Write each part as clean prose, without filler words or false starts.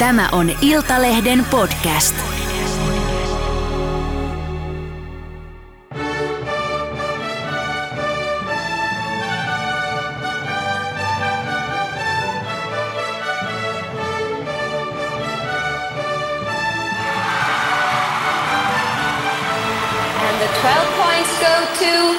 Tämä on Iltalehden podcast. And the 12 points go to...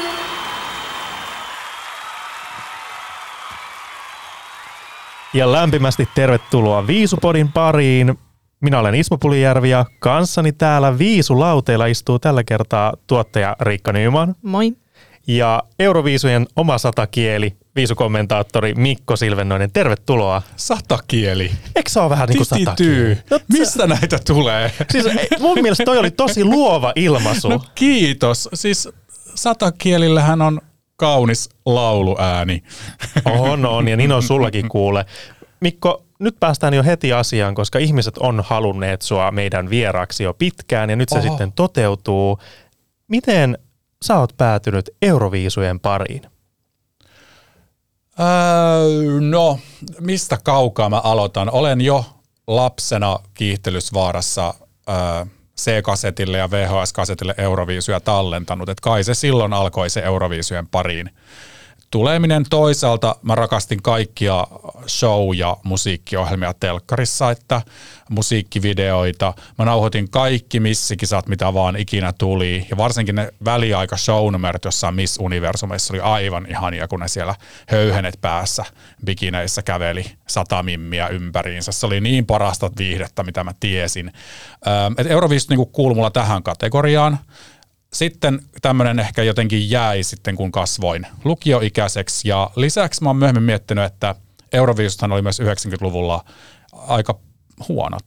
Ja lämpimästi tervetuloa Viisupodin pariin. Minä olen Ismo Pulijärvi ja kanssani täällä Viisulauteilla istuu tällä kertaa tuottaja Riikka Nyman. Moi. Ja Euroviisujen oma satakieli, viisukommentaattori Mikko Silvennoinen. Tervetuloa. Satakieli. Eikö se ole vähän niin kuin satakieli? Mistä näitä tulee? Siis mun mielestä toi oli tosi luova ilmaisu. No kiitos. Siis satakielillähän on kaunis lauluääni. On, ja niin on sullakin kuule. Mikko, nyt päästään jo heti asiaan, koska ihmiset on halunneet sua meidän vieraaksi jo pitkään ja nyt se sitten toteutuu. Miten sä oot päätynyt Euroviisujen pariin? No, mistä kaukaa mä aloitan? Olen jo lapsena Kiihtelysvaarassa C-kasetille ja VHS-kasetille Euroviisuja tallentanut. Et kai se silloin alkoi se Euroviisujen pariin tuleminen. Toisaalta mä rakastin kaikkia show- ja musiikkiohjelmia telkkarissa, että musiikkivideoita. Mä nauhoitin kaikki missikisat, mitä vaan ikinä tuli. Ja varsinkin ne väliaika show-numerot jossain Miss Universumissa oli aivan ihania, kun ne siellä höyhenet päässä bikineissä käveli 100 mimmiä ympäriinsä. Se oli niin parasta viihdettä, mitä mä tiesin. Euroviisut niinku kuului mulla tähän kategoriaan. Sitten tämmöinen ehkä jotenkin jäi sitten, kun kasvoin lukioikäiseksi. Ja lisäksi mä oon myöhemmin miettinyt, että Euroviisuthan oli myös 90-luvulla aika huonot.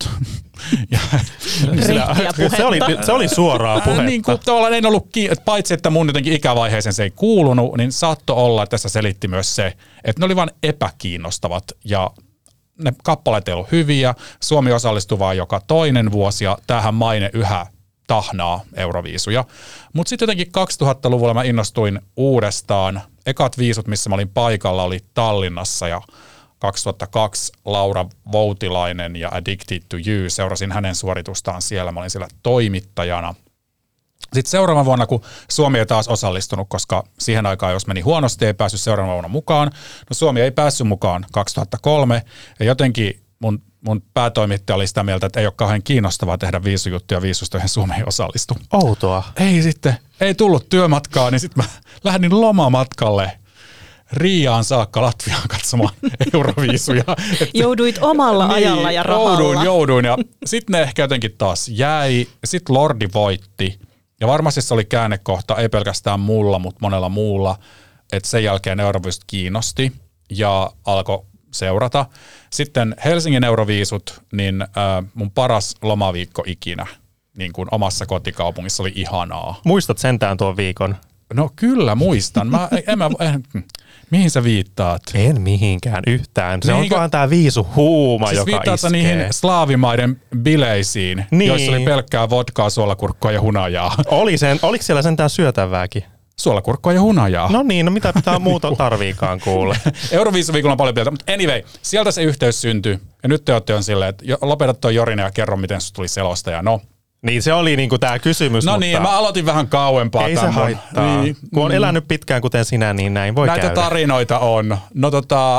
Se oli suoraa puhetta. Niin kuin tavallaan en ollut, paitsi että mun jotenkin ikävaiheeseen se ei kuulunut, niin saattoi olla, että tässä selitti myös se, että ne oli vain epäkiinnostavat ja ne kappaleet ei ollut hyviä. Suomi osallistui vain joka toinen vuosi ja tämähän maine yhä tahnaa Euroviisuja. Mutta sitten jotenkin 2000-luvulla mä innostuin uudestaan. Ekat viisut, missä mä olin paikalla, oli Tallinnassa ja 2002 Laura Voutilainen ja Addicted to You. Seurasin hänen suoritustaan siellä. Mä olin siellä toimittajana. Sitten seuraavana vuonna, kun Suomi ei taas osallistunut, koska siihen aikaan, jos meni huonosti, ei päässyt seuraavana vuonna mukaan. No Suomi ei päässyt mukaan 2003 ja jotenkin mun päätoimittaja oli sitä mieltä, että ei ole kauhean kiinnostavaa tehdä viisujuttuja viisusta, joihin Suomi ei osallistu. Outoa. Ei tullut työmatkaa, niin sitten mä lähdin lomamatkalle Riiaan saakka Latviaan katsomaan Euroviisuja. Jouduit omalla ajalla ja rahalla. Jouduin ja sitten ne ehkä jotenkin taas jäi. Sitten Lordi voitti ja varmasti se oli käännekohta, ei pelkästään mulla, mutta monella muulla, että sen jälkeen Euroviisut kiinnosti ja alkoi seurata. Sitten Helsingin Euroviisut, niin mun paras lomaviikko ikinä, niin kuin omassa kotikaupungissa oli ihanaa. Muistat sentään tuon viikon? No kyllä muistan. Mihin sä viittaat? En mihinkään yhtään. Se on vaan tää viisuhuuma, siis joka iskee. Niihin slaavimaiden bileisiin, niin, joissa oli pelkkää vodkaa, suolakurkkoa ja hunajaa. Oliko siellä sentään syötävääkin? Suolakurkkoa ja hunajaa. No niin, mitä pitää muuta tarviikaan kuule. Euroviisuviikolla on paljon pieltä, mutta anyway, sieltä se yhteys syntyi. Ja nyt te olette silleen, että lopeta toi Jorinen ja kerro, miten susta tuli selostaja. No. Niin se oli niinku tää kysymys. No mutta niin, mä aloitin vähän kauempaa. Ei se haittaa. Niin. Kun on elänyt pitkään kuten sinä, niin näin voi näitä käydä. Näitä tarinoita on. No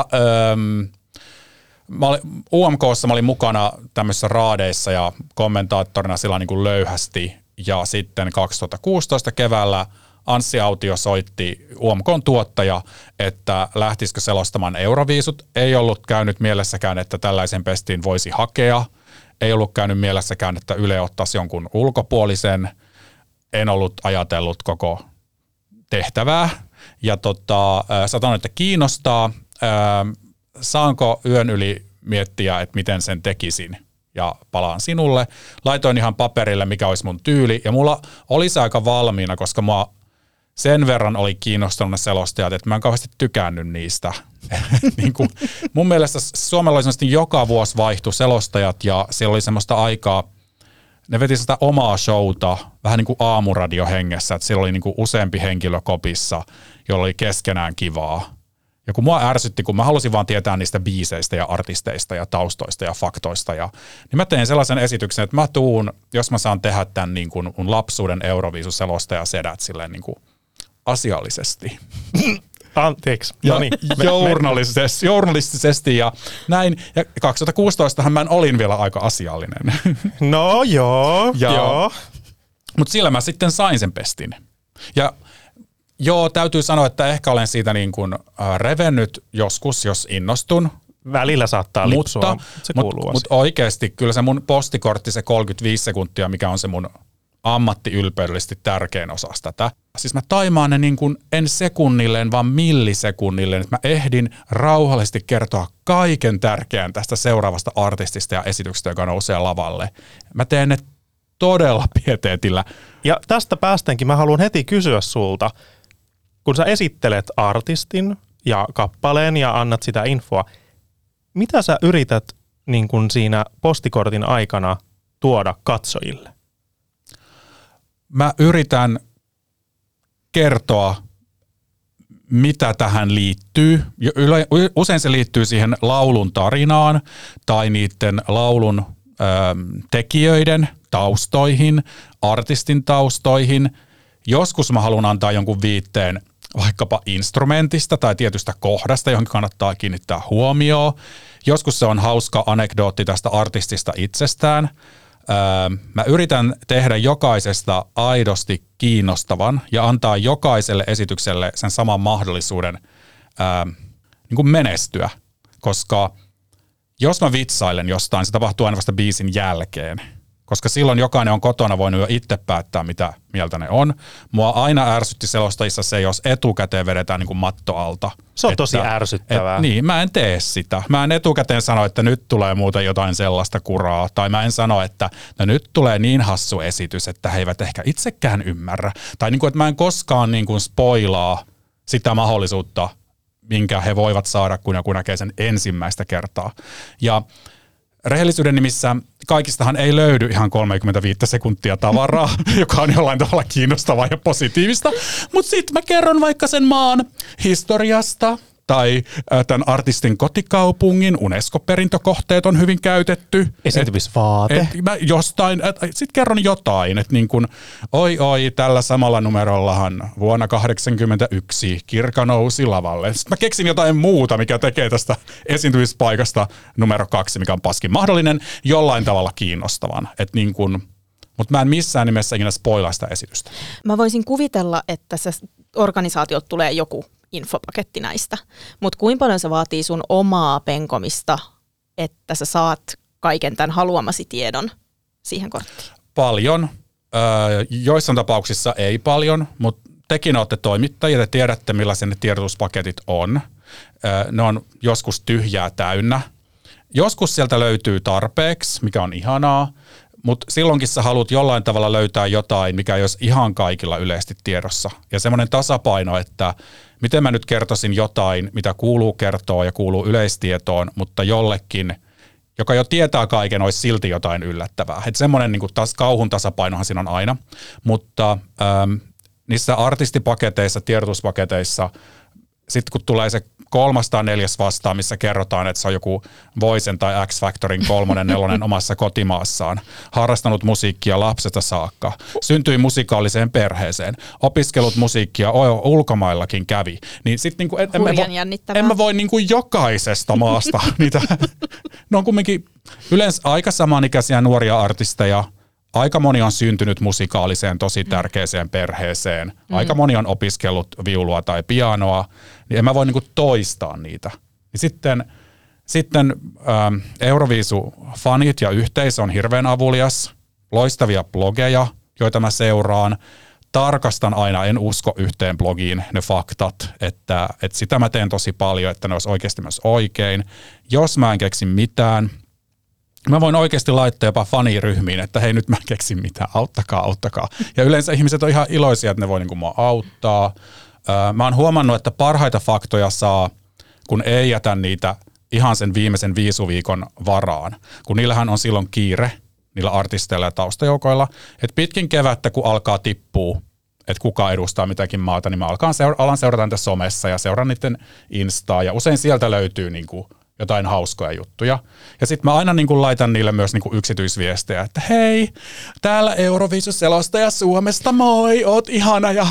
UMK:ssa mä olin mukana tämmöisissä raadeissa ja kommentaattorina sillä niin kuin löyhästi. Ja sitten 2016 keväällä Anssi Autio soitti, UMK:n tuottaja, että lähtisikö selostamaan Euroviisut. Ei ollut käynyt mielessäkään, että tällaisen pestiin voisi hakea. Ei ollut käynyt mielessäkään, että Yle ottaisi jonkun ulkopuolisen. En ollut ajatellut koko tehtävää. Ja sanoin, että kiinnostaa. Saanko yön yli miettiä, että miten sen tekisin? Ja palaan sinulle. Laitoin ihan paperille, mikä olisi mun tyyli. Ja mulla oli se aika valmiina, koska mua sen verran oli kiinnostunut ne selostajat, että mä en kauheasti tykännyt niistä. Niin kuin, mun mielestä Suomella oli joka vuosi vaihtui selostajat ja siellä oli semmoista aikaa, ne veti sitä omaa showta, vähän niin kuin aamuradio hengessä, että siellä oli niin kuin useampi henkilö kopissa, jolla oli keskenään kivaa. Ja kun mua ärsytti, kun mä halusin vaan tietää niistä biiseistä ja artisteista ja taustoista ja faktoista, niin mä tein sellaisen esityksen, että mä tuun, jos mä saan tehdä tämän niin kuin mun lapsuuden Euroviisuselostaja sedät silleen niin kuin asiallisesti. Anteeksi. No niin. Journalistisesti ja näin. Ja 2016 mä olin vielä aika asiallinen. No joo. Mutta sillä mä sitten sain sen pestin. Ja joo, täytyy sanoa, että ehkä olen siitä niin kuin revennyt joskus, jos innostun. Välillä saattaa lipsua, se kuuluu Mutta oikeasti kyllä se mun postikortti, se 35 sekuntia, mikä on se mun ammattiylpeydellisesti tärkein osa tätä. Siis mä taimaan ne niin kuin en sekunnilleen, vaan millisekunnilleen, että mä ehdin rauhallisesti kertoa kaiken tärkeän tästä seuraavasta artistista ja esityksestä, joka nousee lavalle. Mä teen ne todella pieteetillä. Ja tästä päästäänkin mä haluan heti kysyä sulta, kun sä esittelet artistin ja kappaleen ja annat sitä infoa, mitä sä yrität niin kun siinä postikortin aikana tuoda katsojille? Mä yritän kertoa, mitä tähän liittyy. Usein se liittyy siihen laulun tarinaan tai niiden laulun tekijöiden taustoihin, artistin taustoihin. Joskus mä haluan antaa jonkun viitteen vaikkapa instrumentista tai tietystä kohdasta, johon kannattaa kiinnittää huomioon. Joskus se on hauska anekdootti tästä artistista itsestään. Mä yritän tehdä jokaisesta aidosti kiinnostavan ja antaa jokaiselle esitykselle sen saman mahdollisuuden niin kuin menestyä, koska jos mä vitsailen jostain, se tapahtuu aina vasta biisin jälkeen, koska silloin jokainen on kotona voinut jo itse päättää, mitä mieltä ne on. Mua aina ärsytti selostajissa se, jos etukäteen vedetään niin kuin matto alta. Se on tosi ärsyttävää. Niin, mä en tee sitä. Mä en etukäteen sano, että nyt tulee muuten jotain sellaista kuraa. Tai mä en sano, että no nyt tulee niin hassu esitys, että he eivät ehkä itsekään ymmärrä. Tai niin kuin, että mä en koskaan niin kuin spoilaa sitä mahdollisuutta, minkä he voivat saada, kun joku näkee sen ensimmäistä kertaa. Ja rehellisyyden nimissä kaikistahan ei löydy ihan 35 sekuntia tavaraa, joka on jollain tavalla kiinnostavaa ja positiivista, mutta sitten mä kerron vaikka sen maan historiasta tai tämän artistin kotikaupungin UNESCO-perintökohteet on hyvin käytetty. Esiintymisvaate. Sitten kerron jotain, että niin kuin, oi, tällä samalla numerollahan vuonna 1981 Kirka nousi lavalle. Sitten mä keksin jotain muuta, mikä tekee tästä esiintymispaikasta numero 2, mikä on paskin mahdollinen, jollain tavalla kiinnostavan. Niin mutta mä en missään nimessä ikinä spoilaa sitä esitystä. Mä voisin kuvitella, että se organisaatiot tulee joku infopaketti näistä, mutta kuinka paljon se vaatii sun omaa penkomista, että sä saat kaiken tämän haluamasi tiedon siihen korttiin? Paljon. Joissain tapauksissa ei paljon, mutta tekin olette toimittajia, te tiedätte millaisia ne tiedotuspaketit on. Ne on joskus tyhjää täynnä. Joskus sieltä löytyy tarpeeksi, mikä on ihanaa, mutta silloinkin sä haluat jollain tavalla löytää jotain, mikä ei olisi ihan kaikilla yleisesti tiedossa. Ja semmoinen tasapaino, että miten mä nyt kertoisin jotain, mitä kuuluu kertoa ja kuuluu yleistietoon, mutta jollekin, joka jo tietää kaiken, olisi silti jotain yllättävää. Että semmoinen niin kuin kauhun tasapainohan siinä on aina. Mutta niissä artistipaketeissa, tiedotuspaketeissa, sitten kun tulee se 3. tai 4. vastaan, missä kerrotaan, että se on joku Voicen tai X-Factorin 3. 4. omassa kotimaassaan, harrastanut musiikkia lapsesta saakka, syntyi musikaaliseen perheeseen, opiskellut musiikkia ulkomaillakin kävi. Niin sit niinku en mä voi niinku jokaisesta maasta niitä, ne on kumminkin yleensä aika samanikäisiä nuoria artisteja. Aika moni on syntynyt musikaaliseen tosi tärkeäseen perheeseen. Aika moni on opiskellut viulua tai pianoa, niin en mä voi niinku toistaa niitä. Ja sitten Euroviisu-fanit ja yhteisö on hirveän avulias. Loistavia blogeja, joita mä seuraan. Tarkastan aina, en usko yhteen blogiin ne faktat, että sitä mä teen tosi paljon, että ne olisi oikeasti myös oikein. Jos mä en keksi mitään, mä voin oikeasti laittaa jopa faniryhmiin, että hei nyt mä keksin mitään, auttakaa. Ja yleensä ihmiset on ihan iloisia, että ne voi niinku mua auttaa. Mä oon huomannut, että parhaita faktoja saa, kun ei jätä niitä ihan sen viimeisen viisuviikon varaan. Kun niillähän on silloin kiire, niillä artisteilla ja taustajoukoilla. Että pitkin kevättä, kun alkaa tippua että kuka edustaa mitäkin maata, niin mä alan seurata niitä somessa ja seuraan niiden Instaa, ja usein sieltä löytyy niin kuin jotain hauskoja juttuja. Ja sitten mä aina niin kuin laitan niille myös niin kuin yksityisviestejä, että hei, täällä Euroviisu-selostaja Suomesta, moi, oot ihana. Ja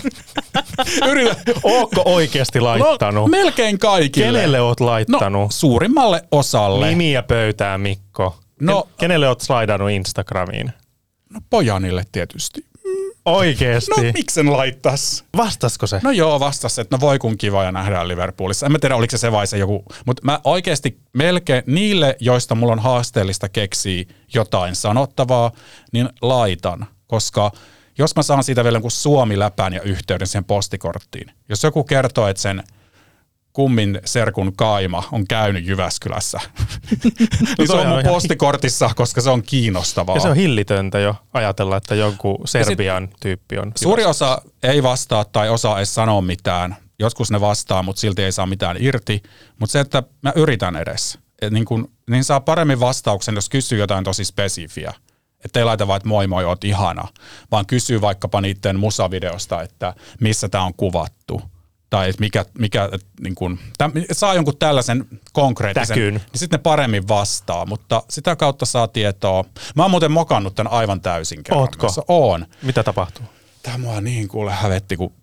Ootko oikeasti laittanut? No, melkein kaikille. Kenelle oot laittanut? No, suurimmalle osalle. Nimiä pöytään, Mikko. No, Kenelle oot slaidannut Instagramiin? No pojanille tietysti. Oikeesti? No miksen laittas? Vastasko se? No joo, vastas, että no voi kun kiva ja nähdään Liverpoolissa. En mä tiedä, oliko se vai se joku, mutta mä oikeasti melkein niille, joista mulla on haasteellista keksiä jotain sanottavaa, niin laitan. Koska jos mä saan siitä vielä jonkun Suomi-läpän ja yhteyden siihen postikorttiin, jos joku kertoo, että sen kummin serkun kaima on käynyt Jyväskylässä, niin se on mun postikortissa, koska se on kiinnostavaa. Ja se on hillitöntä jo ajatella, että joku Serbian tyyppi on. Suuri osa ei vastaa tai osaa edes sanoa mitään. Joskus ne vastaa, mutta silti ei saa mitään irti. Mutta se, että mä yritän edes. Niin saa paremmin vastauksen, jos kysyy jotain tosi spesifiä. Että ei laita vaan, että moi moi, oot ihana. Vaan kysyy vaikkapa niiden musavideosta, että missä tää on kuvattu. Tai mikä niin kun, saa jonkun tällaisen konkreettisen, Täkyn. Niin sitten ne paremmin vastaa, mutta sitä kautta saa tietoa. Mä oon muuten mokannut tämän aivan täysin kerran. Ootko? Oon. Mitä tapahtuu? Tämä mua niin kuule hävetti, kun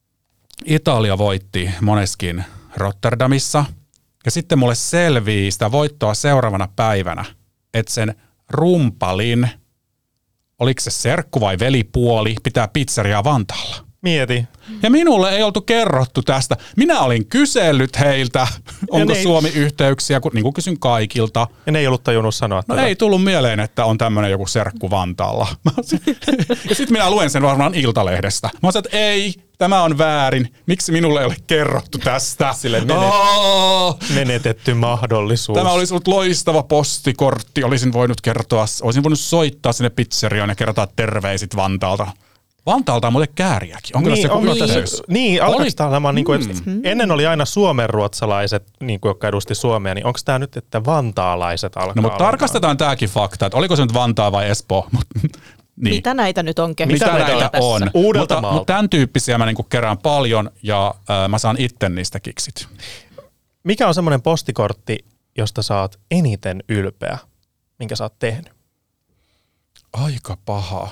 Italia voitti Måneskin Rotterdamissa. Ja sitten mulle selvii sitä voittoa seuraavana päivänä, että sen rumpalin, oliko se serkku vai velipuoli, pitää pizzeriaa Vantaalla. Mieti. Ja minulle ei oltu kerrottu tästä. Minä olin kysellyt heiltä, onko Suomi-yhteyksiä, niin kuin kysyn kaikilta. Ja ne ei ollut tajunnut sanoa No tätä. ei tullut mieleen, että on tämmöinen joku serkku Vantaalla. Ja sitten minä luen sen varmaan Iltalehdestä. Mä sanoin, että ei, tämä on väärin. Miksi minulle ei ole kerrottu tästä? Sille menetetty mahdollisuus. Tämä olisi ollut loistava postikortti. Olisin voinut soittaa sinne pizzeriaan ja kertoa terveisit Vantaalta. Vantaalta on muuten kääriäkin. Onko tässä joku yhteys? Niin, alkaako tämä olemaan, ennen oli aina suomenruotsalaiset, jotka edusti Suomea, niin onko tämä nyt, että vantaalaiset alkaa No mutta tarkastetaan tämäkin fakta, että oliko se nyt Vantaa vai Espoo? Niin. Mitä näitä nyt on Mitä näitä on? Mutta tämän tyyppisiä mä kerään paljon ja mä saan itse niistä kiksit. Mikä on semmoinen postikortti, josta sä oot eniten ylpeä, minkä sä oot tehnyt? Aika paha.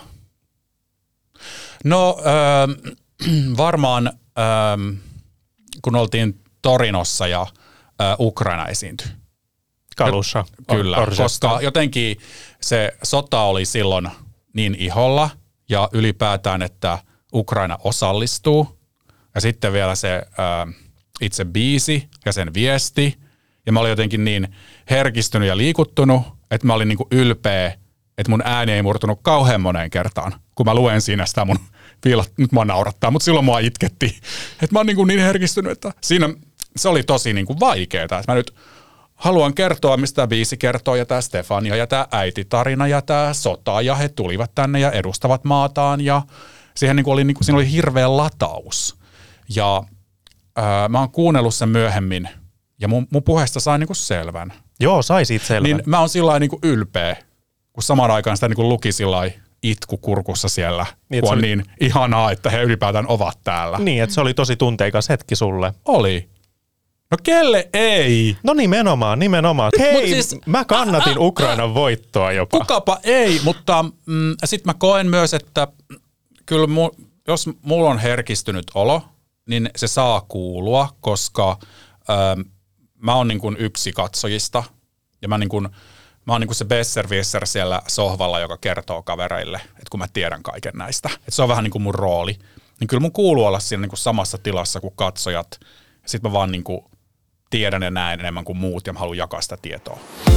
No varmaan kun oltiin Torinossa ja Ukraina esiintyi. Kalussa. Kyllä, koska jotenkin se sota oli silloin niin iholla ja ylipäätään, että Ukraina osallistuu. Ja sitten vielä se itse biisi ja sen viesti. Ja mä olin jotenkin niin herkistynyt ja liikuttunut, että mä olin niin kuin ylpeä, että mun ääni ei murtunut kauhean moneen kertaan, kun mä luen siinä sitä mun nyt mua naurattaa, mutta silloin mua itketti. Että mä oon niin herkistynyt, että siinä se oli tosi niin kuin vaikeaa. Että mä nyt haluan kertoa, mistä tämä biisi kertoo, ja tämä Stefania, ja tämä äititarina, ja tämä sota, ja he tulivat tänne ja edustavat maataan, ja siihen siinä oli hirveä lataus. Ja mä oon kuunnellut sen myöhemmin, ja mun puheesta sai niin kuin selvän. Joo, saisit selvän. Niin mä oon sillä niin kuin ylpeä, kun samaan aikaan sitä niin kuin luki sillai itku kurkussa siellä, niin, kun on niin ihanaa, että he ylipäätään ovat täällä. Niin, että se oli tosi tunteikas hetki sulle. Oli. No kelle ei? No nimenomaan. Hei, siis, mä kannatin Ukrainan voittoa jopa. Kukapa ei, mutta sit mä koen myös, että kyllä jos mulla on herkistynyt olo, niin se saa kuulua, koska mä oon niin kuin yksi katsojista ja mä oon niin kuin se besserwisser siellä sohvalla, joka kertoo kavereille, että kun mä tiedän kaiken näistä. Että se on vähän niin kuin mun rooli. Niin kyllä mun kuuluu olla siinä niin kuin samassa tilassa kuin katsojat. Sitten mä vaan niin kuin tiedän ja näen enemmän kuin muut ja mä haluan jakaa sitä tietoa.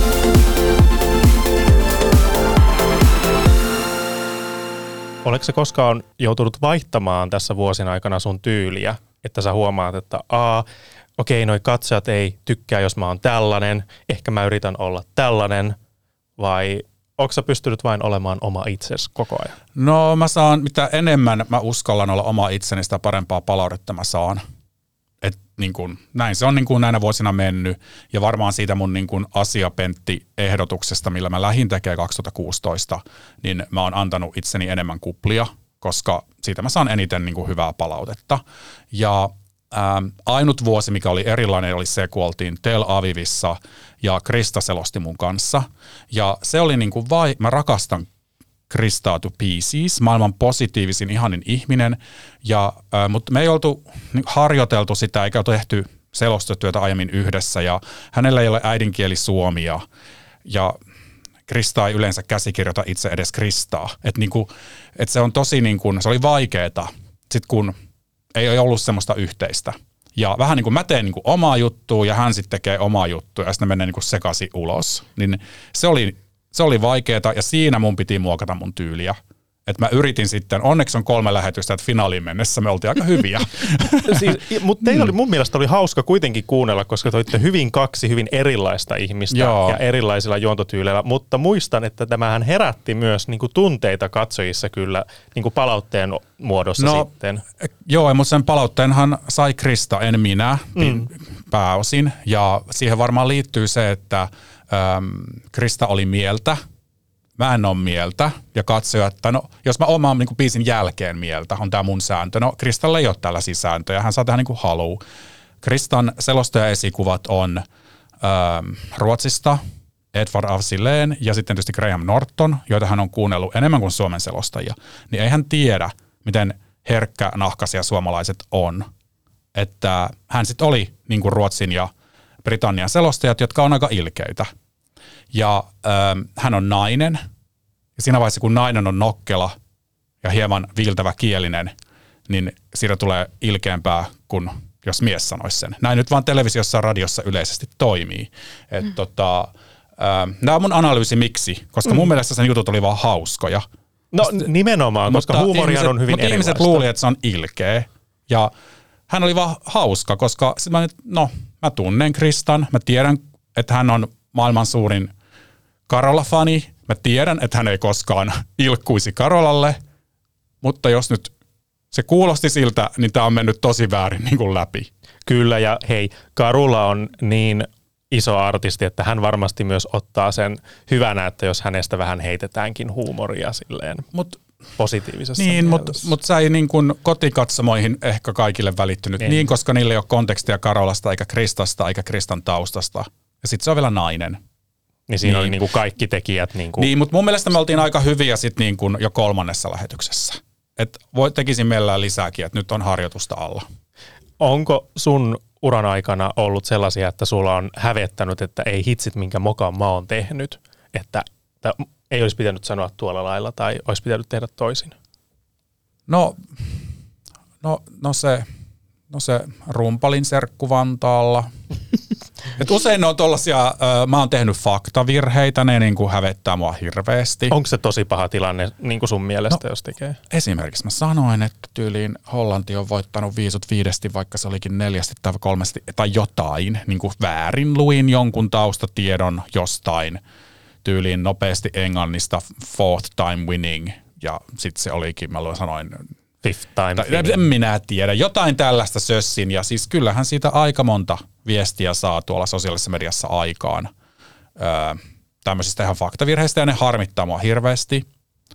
Oletko sä koskaan joutunut vaihtamaan tässä vuosien aikana sun tyyliä, että sä huomaat, että okei, noi katsojat ei tykkää, jos mä oon tällainen, ehkä mä yritän olla tällainen, vai onko sä pystynyt vain olemaan oma itsesi koko ajan? No mitä enemmän mä uskallan olla oma itseni, sitä parempaa palautetta mä saan. Et niin kun, näin se on niin kun näinä vuosina mennyt, ja varmaan siitä mun niin kun asiapentti-ehdotuksesta, millä mä lähdin tekemään 2016, niin mä oon antanut itseni enemmän kuplia, koska siitä mä saan eniten niin kuin hyvää palautetta. Ja ainut vuosi, mikä oli erilainen, oli se, kun oltiin Tel Avivissa ja Krista selosti mun kanssa. Ja se oli niin kuin mä rakastan Kristaa to pieces, maailman positiivisin, ihanin ihminen. Mutta me ei oltu harjoiteltu sitä, eikä oltu tehty selostustyötä aiemmin yhdessä. Ja hänellä ei ole äidinkieli suomia. Ja Krista ei yleensä käsikirjoita itse edes Kristaa. Että se on tosi, se oli vaikeeta, sit kun ei ollut semmoista yhteistä. Ja vähän niin kuin mä teen omaa juttua ja hän sitten tekee omaa juttua ja sitten menee sekaisin ulos. Niin se oli vaikeeta ja siinä mun piti muokata mun tyyliä. Että mä yritin sitten, onneksi on 3 lähetystä, että finaaliin mennessä me oltiin aika hyviä. Mutta teillä oli mun mielestä oli hauska kuitenkin kuunnella, koska te olitte kaksi hyvin erilaista ihmistä ja erilaisilla juontotyyleillä. Mutta muistan, että tämähän herätti myös tunteita katsojissa kyllä palautteen muodossa sitten. Joo, mutta sen palautteenhan sai Krista, en minä pääosin. Ja siihen varmaan liittyy se, että Krista oli mieltä. Mä en ole mieltä ja katsoja, että jos mä omaan biisin jälkeen mieltä, on tää mun sääntö. No Kristalla ei ole tällaisia sääntöjä, hän saa tehdä niin kuin haluu. Kristan selostajaesikuvat on Ruotsista Edvard af Sillén ja sitten tietysti Graham Norton, joita hän on kuunnellut enemmän kuin Suomen selostajia. Niin ei hän tiedä, miten herkkänahkaisia suomalaiset on. Että hän sitten oli niin kuin Ruotsin ja Britannian selostajat, jotka on aika ilkeitä. Ja hän on nainen, ja siinä vaiheessa kun nainen on nokkela ja hieman viiltävä kielinen, niin siitä tulee ilkeämpää kuin jos mies sanoisi sen. Näin nyt vaan televisiossa ja radiossa yleisesti toimii. Nämä on mun analyysi miksi, koska mun mielestä sen jutut oli vaan hauskoja. No nimenomaan, koska huumorihan on hyvin erilaista. Mutta ihmiset luuli, että se on ilkeä. Ja hän oli vaan hauska, koska mä tunnen Kristan, mä tiedän, että hän on maailman suurin Karola-fani. Mä tiedän, että hän ei koskaan ilkkuisi Karolalle, mutta jos nyt se kuulosti siltä, niin tää on mennyt tosi väärin niin kuin läpi. Kyllä, ja hei, Karula on niin iso artisti, että hän varmasti myös ottaa sen hyvänä, että jos hänestä vähän heitetäänkin huumoria silleen positiivisessa niin, mutta sä ei niin kuin kotikatsomoihin ehkä kaikille välittynyt niin, koska niillä ei ole kontekstia Karolasta, eikä Kristasta, eikä Kristan taustasta. Ja sitten se on vielä nainen. Niin siinä oli niinku kaikki tekijät. Niin, mutta mun mielestä me oltiin aika hyviä sit niinku jo 3. lähetyksessä. Että tekisin mielellään lisääkin, että nyt on harjoitusta alla. Onko sun uran aikana ollut sellaisia, että sulla on hävettänyt, että ei hitsit minkä mokan mä oon tehnyt, että ei olisi pitänyt sanoa tuolla lailla tai olisi pitänyt tehdä toisin? No se rumpalin serkku Vantaalla. Et usein ne on tollasia, mä oon tehnyt faktavirheitä, ne niinku hävettää mua hirveästi. Onko se tosi paha tilanne niinku sun mielestä, jos tekee? Esimerkiksi mä sanoin, että tyyliin Hollanti on voittanut 5-5, vaikka se olikin 4 tai 3 tai jotain. Niinku väärin luin jonkun taustatiedon jostain tyyliin nopeasti englannista 4th time winning. Ja sit se olikin, mä sanoin 5th time. En minä tiedä. Jotain tällaista sössin. Ja siis kyllähän siitä aika monta viestiä saa tuolla sosiaalisessa mediassa aikaan. Tämmöisistä ihan faktavirheistä ja ne harmittaa mua hirveästi.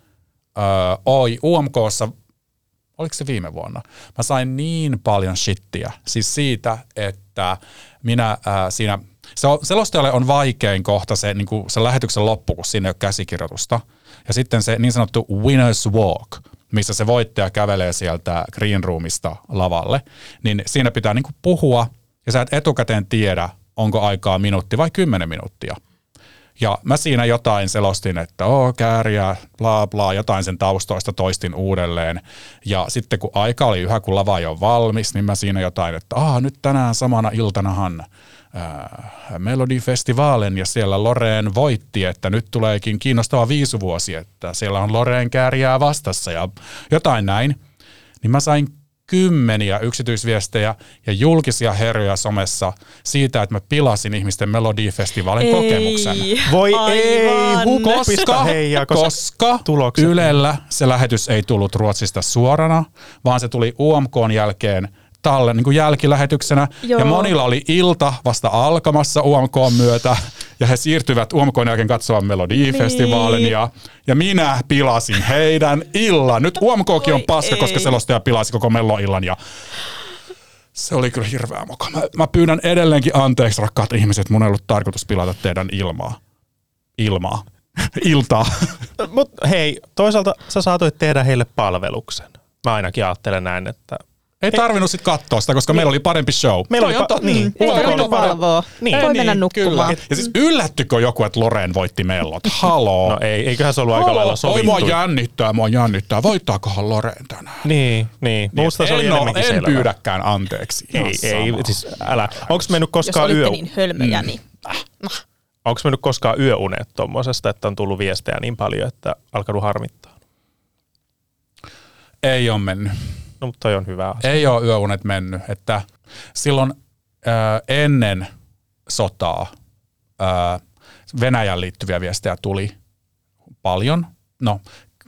UMK:ssa, oliko se viime vuonna? Mä sain niin paljon shittiä. Siis siitä, että minä siinä, selostajalle on vaikein kohta se, niin kuin se lähetyksen loppu, kun siinä ei ole käsikirjoitusta. Ja sitten se niin sanottu winner's walk, missä se voittaja kävelee sieltä green roomista lavalle, niin siinä pitää niinku puhua, ja sä et etukäteen tiedä, onko aikaa minuutti vai 10 minuuttia. Ja mä siinä jotain selostin, että kääriä, bla bla, jotain sen taustoista toistin uudelleen. Ja sitten kun aika oli yhä, kun lava ei ole valmis, niin mä siinä jotain, että nyt tänään samana iltanahan Melodifestivalen ja siellä Loreen voitti, että nyt tuleekin kiinnostava viisuvuosi, että siellä on Loreen kääriää vastassa ja jotain näin. Niin mä sain 10 yksityisviestejä ja julkisia herjoja somessa siitä, että mä pilasin ihmisten Melodifestivalen kokemuksen. Voi ei, koska Ylellä se lähetys ei tullut Ruotsista suorana, vaan se tuli UMK:n jälkeen talle niin kuin jälkilähetyksenä. Joo. Ja monilla oli ilta vasta alkamassa UMK:n myötä. Ja he siirtyivät UMK:n jälkeen katsomaan Melodifestivaalin. Niin. Ja minä pilasin heidän illan. Nyt UMK:kin on paska, koska selostaja pilasi koko Mello-illan. Ja se oli kyllä hirveä moka. Mä pyydän edelleenkin anteeksi, rakkaat ihmiset. Mun ei ollut tarkoitus pilata teidän iltaa. Mutta hei, toisaalta sä saatoit tehdä heille palveluksen. Mä ainakin ajattelen näin, että Ei tarvinnut sit katsoa sitä, koska meillä oli parempi show. meillä oli niin. Ei UMK tarvitse oli valvoa. Niin. Voi mennä nukkumaan. Ja siis yllättykö joku, että Loreen voitti Mellot? Haloo. No eiköhän se ollut aika lailla sovittu. Oi mua jännittää. Voittaakohan Loreen tänään? Niin. Musta se oli enemmänkin en selvä. pyydäkään anteeksi. Ei, siis älä. Onko mennyt Jos koskaan olitte niin hölmöjä, niin Onko mennyt koskaan yöunet tommosesta, että on tullut viestejä niin paljon, että alkanut harmittaa? Ei ole mennyt. No, mutta toi on hyvä asia. Ei ole yöunet mennyt. Että silloin ennen sotaa Venäjän liittyviä viestejä tuli paljon. No,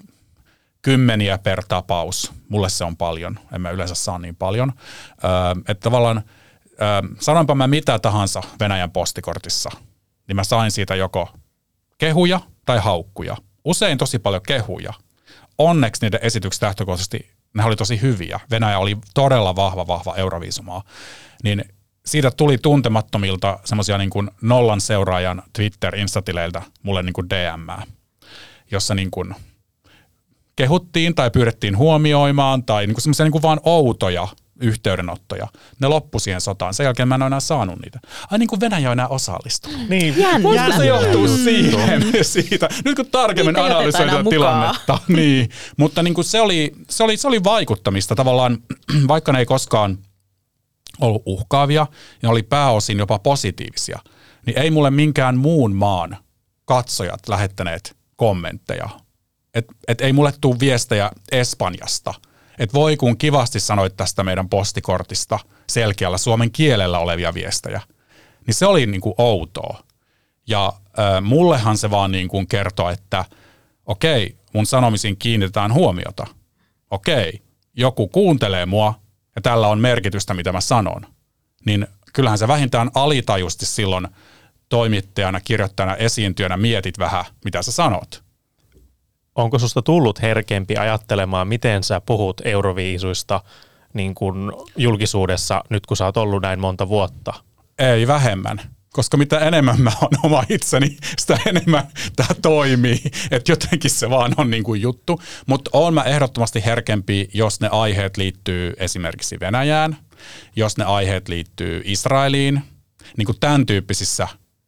10 per tapaus. Mulle se on paljon. En mä yleensä saa niin paljon. Että tavallaan sanoinpa mä mitä tahansa Venäjän postikortissa, niin mä sain siitä joko kehuja tai haukkuja. Usein tosi paljon kehuja. Onneksi niiden esitykset lähtökohtaisesti, ne oli tosi hyviä. Venäjä oli todella vahva Euroviisumaa. Niin siitä tuli tuntemattomilta semmoisia niin kuin 0 seuraajan Twitter-instatileiltä mulle niin kuin DM:ää, jossa niin kuin kehuttiin tai pyydettiin huomioimaan tai niin kuin semmoisia niin kuin vaan outoja yhteydenottoja. Ne loppu siihen sotaan. Sen jälkeen mä en ole enää saanut niitä. Ai niin kuin Venäjä on enää osallistunut. Niin, Voisiko se johtuu siitä? Nyt kun tarkemmin Niitä ei analysoin oteta tätä enää tilannetta. Niin. Mutta niin kuin se oli vaikuttamista. Tavallaan, vaikka ne ei koskaan ollut uhkaavia, ja oli pääosin jopa positiivisia, niin ei mulle minkään muun maan katsojat lähettäneet kommentteja. Et ei mulle tule viestejä Espanjasta. Että voi kun kivasti sanoit tästä meidän postikortista selkeällä suomen kielellä olevia viestejä. Niin se oli niin kuin outoa. Ja mullehan se vaan niin kuin kertoi, että okei, mun sanomisiin kiinnitetään huomiota. Okei, joku kuuntelee mua ja tällä on merkitystä, mitä mä sanon. Niin kyllähän se vähintään alitajusti silloin toimittajana, kirjoittajana, esiintyjänä mietit vähän, mitä sä sanot. Onko susta tullut herkempi ajattelemaan, miten sä puhut Euroviisuista niin kuin julkisuudessa nyt, kun sä oot ollut näin monta vuotta? Ei vähemmän, koska mitä enemmän mä oon oma itseni, sitä enemmän tää toimii. Että jotenkin se vaan on niin kuin juttu. Mutta oon mä ehdottomasti herkempi, jos ne aiheet liittyy esimerkiksi Venäjään, jos ne aiheet liittyy Israeliin. Niin kuin tämän tyyppisissä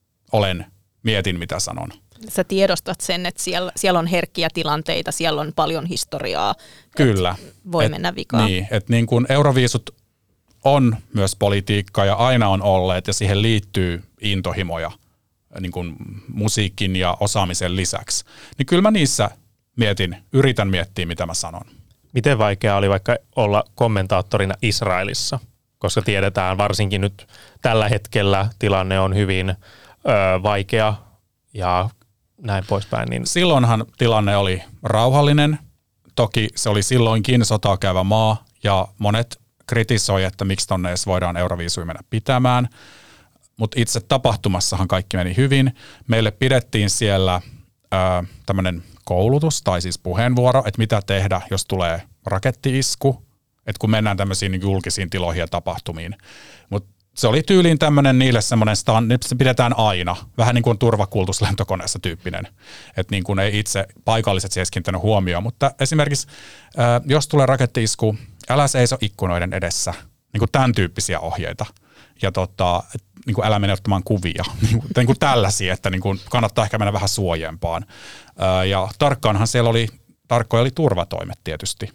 mietin mitä sanon. sä tiedostat sen, että siellä on herkkiä tilanteita, siellä on paljon historiaa. Kyllä. Voi mennä vikaan. Niin, että niin kuin Euroviisut on myös politiikkaa ja aina on olleet ja siihen liittyy intohimoja niin kuin musiikin ja osaamisen lisäksi. Niin kyllä mä niissä yritän miettiä mitä mä sanon. Miten vaikeaa oli vaikka olla kommentaattorina Israelissa? Koska tiedetään varsinkin nyt tällä hetkellä tilanne on hyvin vaikea ja näin poispäin. Niin silloinhan tilanne oli rauhallinen. Toki se oli silloinkin sotaa käyvä maa ja monet kritisoi, että miksi tonne edes voidaan Euroviisuja mennä pitämään. Mutta itse tapahtumassahan kaikki meni hyvin. Meille pidettiin siellä tämmöinen koulutus tai siis puheenvuoro, että mitä tehdä, jos tulee rakettiisku. Että kun mennään tämmöisiin niin julkisiin tiloihin ja tapahtumiin. Mutta se oli tyyliin tämmöinen niille semmoinen, se pidetään aina, vähän niin kuin turvakultus lentokoneessa tyyppinen. Että niin kuin ei itse paikalliset siihen kiinnittänyt huomioon. Mutta esimerkiksi, jos tulee rakettiisku, älä seiso ikkunoiden edessä. Niin kuin tämän tyyppisiä ohjeita. Ja niin kuin älä mene ottamaan kuvia. Niin kuin tällaisia, että niin kuin kannattaa ehkä mennä vähän suojempaan. Ja tarkkoja oli turvatoimet tietysti.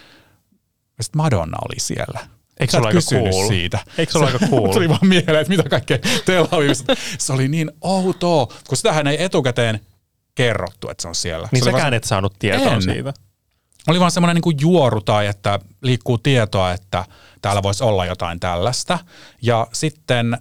Ja sitten Madonna oli siellä. Eikö se ole aika cool? Siitä. Eikö se ole aika cool? Tuli vaan mieleen, että mitä kaikkea Tel Avivissa. Se oli niin outoa, kun sitähän ei etukäteen kerrottu, että se on siellä. Niin säkään et saanut tietoa siitä. Oli vaan semmoinen niin kuin juoru tai että liikkuu tietoa, että täällä voisi olla jotain tällaista. Ja sitten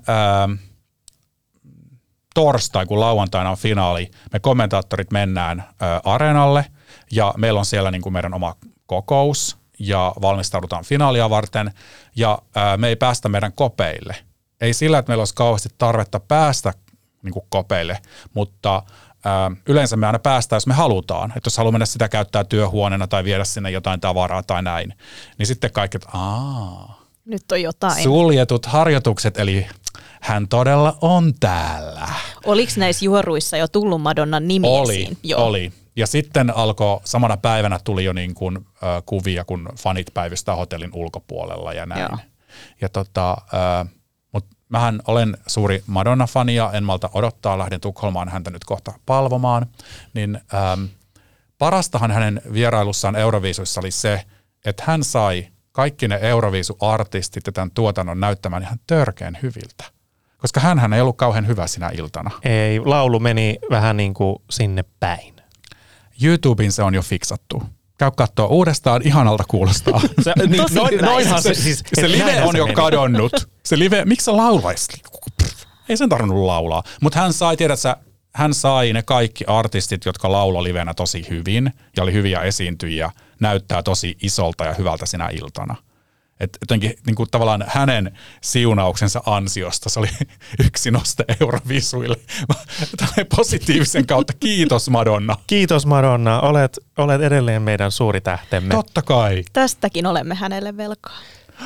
torstai, kun lauantaina on finaali, me kommentaattorit mennään areenalle ja meillä on siellä niin kuin meidän oma kokous. ja valmistaudutaan finaalia varten ja me ei päästä meidän kopeille. Ei sillä, että meillä olisi kauheasti tarvetta päästä niin kuin kopeille, mutta yleensä me aina päästään, jos me halutaan. Että jos haluaa mennä sitä käyttää työhuoneena tai viedä sinne jotain tavaraa tai näin, niin sitten kaikki, että nyt on jotain. Suljetut harjoitukset, eli hän todella on täällä. Oliko näissä juoruissa jo tullut Madonnan nimi esiin? Oli. Ja sitten samana päivänä tuli jo niin kuin, kuvia, kun fanit päivystää hotellin ulkopuolella ja näin. Joo. Ja mutta mähän olen suuri Madonna-fani ja en malta odottaa, lähden Tukholmaan häntä nyt kohta palvomaan. Niin parastahan hänen vierailussaan Euroviisuissa oli se, että hän sai kaikki ne Euroviisu-artistit ja tämän tuotannon näyttämään ihan törkeän hyviltä. Koska hänhän ei ollut kauhean hyvä sinä iltana. Ei, laulu meni vähän niin kuin sinne päin. YouTubeen se on jo fiksattu. Käy katsoa uudestaan, ihanalta kuulostaa. Noinhan se live on jo kadonnut. Se live, miksi sä laulaisit? Ei sen tarvinnut laulaa. Mutta hän sai ne kaikki artistit, jotka lauloi livenä tosi hyvin ja oli hyviä esiintyjiä, näyttää tosi isolta ja hyvältä sinä iltana. Et jotenkin niin kuin tavallaan hänen siunauksensa ansiosta se oli yksi noste Eurovisuille. Positiivisen kautta. Kiitos Madonna. Kiitos Madonna. Olet edelleen meidän suuri tähtemme. Totta kai. Tästäkin olemme hänelle velkaa.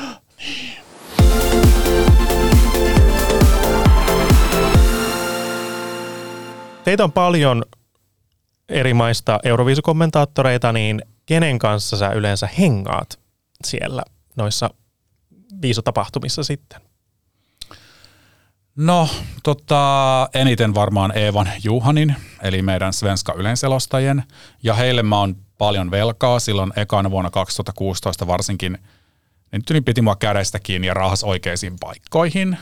Teitä on paljon eri maista Euroviisukommentaattoreita, niin kenen kanssa sä yleensä hengaat siellä noissa viisutapahtumissa sitten? No, eniten varmaan Eevan Juhanin, eli meidän svenska yleenselostajien. Ja heille mä oon paljon velkaa. Silloin ekana vuonna 2016 varsinkin, niin piti mua kädestä kiinni ja rahas oikeisiin paikkoihin.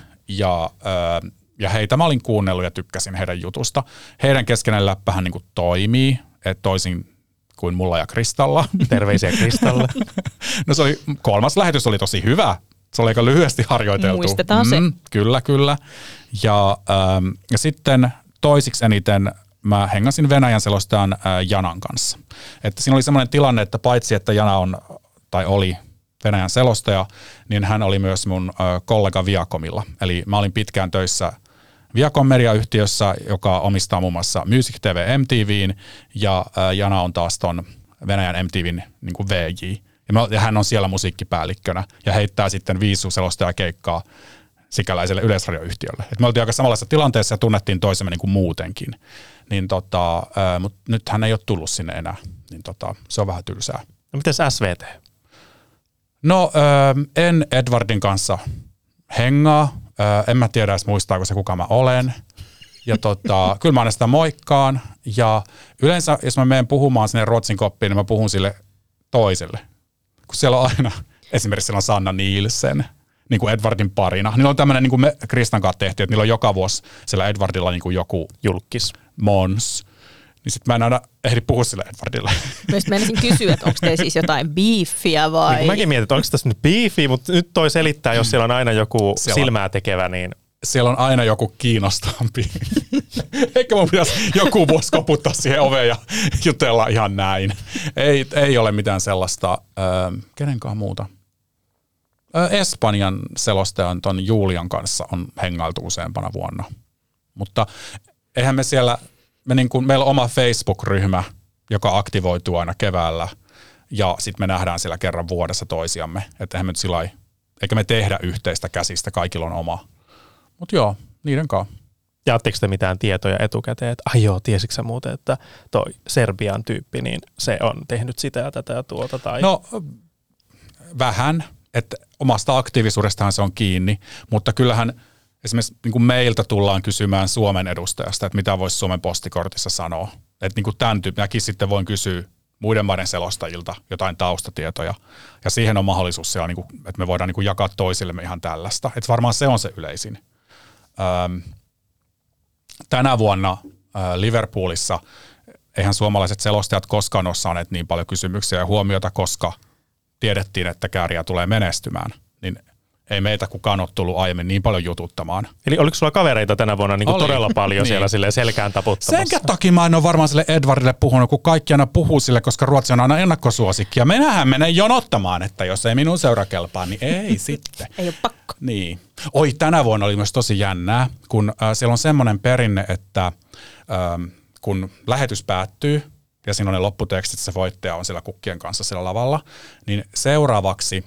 Ja heitä mä olin kuunnellut ja tykkäsin heidän jutusta. Heidän keskenään läppähän niin kuin toimii, että toisin kuin mulla ja Kristalla. Terveisiä Kristalle. No kolmas lähetys oli tosi hyvä. Se oli aika lyhyesti harjoiteltu. Muistetaan se. Kyllä. Ja sitten toisiksi eniten mä hengasin Venäjän selostajan Janan kanssa. Että siinä oli semmoinen tilanne, että paitsi että Jana oli Venäjän selostaja, niin hän oli myös mun kollega Viacomilla. Eli mä olin pitkään töissä Viacom Media-yhtiössä, joka omistaa muun muassa Music TV MTV:n, ja Jana on taas ton Venäjän MTV:n niin kuin VJ. Ja hän on siellä musiikkipäällikkönä ja heittää sitten viisuselostajakeikkaa sikäläiselle yleisradioyhtiölle. Et me oltiin aika samanlaisessa tilanteessa ja tunnettiin toisemme niin kuin muutenkin. Niin mutta nyt hän ei ole tullut sinne enää, niin se on vähän tylsää. No mites SVT? No en Edwardin kanssa hengaa. En mä tiedä edes muistaako se kuka mä olen. Ja kyllä mä aina sitä moikkaan. Ja yleensä jos mä menen puhumaan sinne Ruotsin koppiin, niin mä puhun sille toiselle. Kun siellä on aina, esimerkiksi siellä on Sanna Nielsen, niin kuin Edwardin parina. Niillä on tämmöinen, niin kuin me Kristan kanssa tehtiin, että niillä on joka vuosi siellä Edwardilla niin kuin joku julkis mons. Niin sit mä en aina ehdi puhua sille Edwardille. Mä menisin kysyä, että onko teillä siis jotain beefiä vai? Niin mäkin mietin, että onko tässä nyt beefi, mutta nyt toi selittää, jos siellä on aina joku silmää tekevä, niin siellä on aina joku kiinnostavampi. Ehkä mun pitäisi joku vuosi koputtaa siihen oveen ja jutella ihan näin. Ei ole mitään sellaista. Kenenkaan muuta? Espanjan selostajan ton Julian kanssa on hengailtu useampana vuonna. Mutta eihän me siellä, meillä on oma Facebook-ryhmä, joka aktivoituu aina keväällä. Ja sitten me nähdään siellä kerran vuodessa toisiamme. Että eihän me nyt eikä me tehdä yhteistä käsistä, kaikilla on oma. Mutta joo, niiden kanssa. Jaatteko te mitään tietoja etukäteen, että tiesitkö sä muuten, että toi Serbian tyyppi, niin se on tehnyt sitä ja tätä ja tuota? Tai... No vähän, että omasta aktiivisuudestahan se on kiinni, mutta kyllähän esimerkiksi niin kuin meiltä tullaan kysymään Suomen edustajasta, että mitä voisi Suomen postikortissa sanoa. Että niin kuin tämän tyyppiäkin sitten voin kysyä muiden maiden selostajilta jotain taustatietoja. Ja siihen on mahdollisuus siellä, että me voidaan jakaa toisillemme ihan tällaista. Että varmaan se on se yleisin. Tänä vuonna Liverpoolissa eihän suomalaiset selostajat koskaan ole saaneet niin paljon kysymyksiä ja huomiota, koska tiedettiin, että Kääriä tulee menestymään. Niin ei meitä kukaan ole tullut aiemmin niin paljon jututtamaan. Eli oliko sulla kavereita tänä vuonna niin todella paljon siellä silleen selkään taputtamassa? Senkä takia mä en ole varmaan sille Edwardille puhunut, kun kaikki aina puhuu sille, koska Ruotsi on aina ennakkosuosikki. Ja minähän menen jonottamaan, että jos ei minun seura kelpaa, niin ei sitten. Ei ole pakko. Niin. Oi, tänä vuonna oli myös tosi jännää, kun siellä on semmoinen perinne, että kun lähetys päättyy, ja siinä on ne lopputekstit, se voittaja on siellä kukkien kanssa siellä lavalla, niin seuraavaksi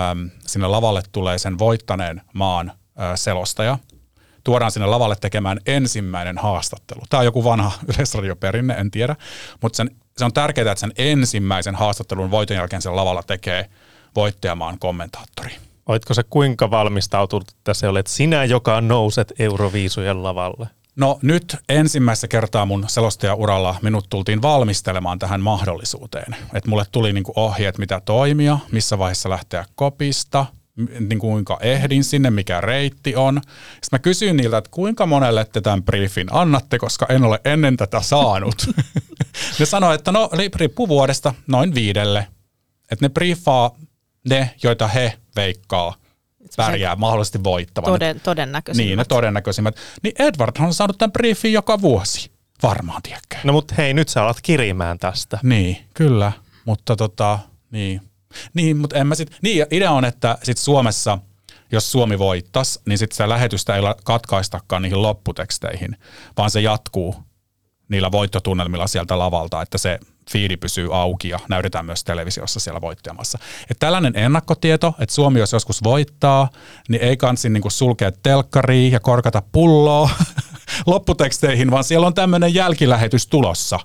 sinne lavalle tulee sen voittaneen maan selostaja. Tuodaan sinne lavalle tekemään ensimmäinen haastattelu. Tämä on joku vanha yleisradioperinne, en tiedä, mutta se on tärkeää, että sen ensimmäisen haastattelun voiton jälkeen sen lavalla tekee voittajamaan kommentaattori. Oletko se kuinka valmistautunut, että se olet sinä, joka nouset Euroviisujen lavalle? No nyt ensimmäistä kertaa mun selostajauralla minut tultiin valmistelemaan tähän mahdollisuuteen. Että mulle tuli niinku ohjeet, mitä toimia, missä vaiheessa lähteä kopista, niin kuinka ehdin sinne, mikä reitti on. Sitten mä kysyin niiltä, että kuinka monelle te tämän briefin annatte, koska en ole ennen tätä saanut. Ne sanoi, että no riippuu vuodesta noin 5. Että ne briefaa ne, joita he veikkaa pärjää mahdollisesti voittavan. Todennäköisimmät. Niin, ne todennäköisimmät. Niin Edward on saanut tämän briefin joka vuosi. Varmaan tiedäkään. No mut hei, nyt sä alat kirimään tästä. Niin, kyllä. Mutta niin. Niin, mutta en mä sit. Niin, idea on, että sit Suomessa, jos Suomi voittaisi, niin sit sitä lähetystä ei katkaistakaan niihin lopputeksteihin, vaan se jatkuu niillä voittotunnelmilla sieltä lavalta, että se fiidi pysyy auki ja näytetään myös televisiossa siellä voittajamassa. Että tällainen ennakkotieto, että Suomi jos joskus voittaa, niin ei kansi niinku sulkea telkkariin ja korkata pulloa lopputeksteihin, vaan siellä on tämmöinen jälkilähetys tulossa.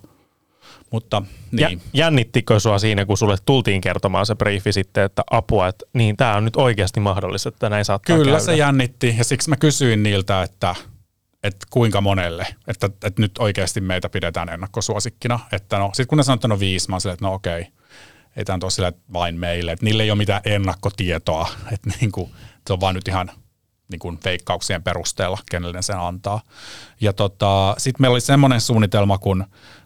Mutta niin. Jännittikö sua siinä, kun sulle tultiin kertomaan se briefi sitten, että apua, että niin tämä on nyt oikeasti mahdollista, että näin saattaa Kyllä käydä. Se jännitti ja siksi mä kysyin niiltä, että kuinka monelle, että nyt oikeasti meitä pidetään ennakkosuosikkina. Että no, sitten kun ne sanoo, että no 5, mä oon silleen, että no okei, ei tämä ole silleen vain meille, että niille ei ole mitään ennakkotietoa, että niinku, se on vaan nyt ihan niinku veikkauksien perusteella, kenelle ne sen antaa. Ja sitten meillä oli semmoinen suunnitelma, kun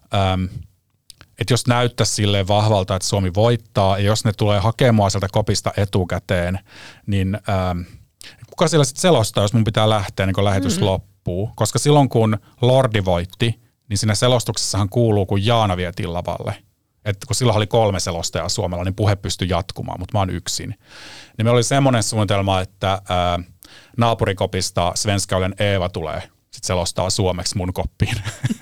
että jos näyttäisi silleen vahvalta, että Suomi voittaa, ja jos ne tulee hakemaan sieltä kopista etukäteen, niin kuka siellä sitten selostaa, jos mun pitää lähteä, niin kun lähetys loppuu? Koska silloin, kun Lordi voitti, niin siinä selostuksessahan kuuluu, kun Jaana vietiin lavalle. Että kun silloin oli 3 selostajaa Suomella, niin puhe pystyi jatkumaan, mutta mä oon yksin. Niin meillä oli semmoinen suunnitelma, että naapurikopista Svenskaulen Eeva tulee sitten selostaa suomeksi mun koppiin.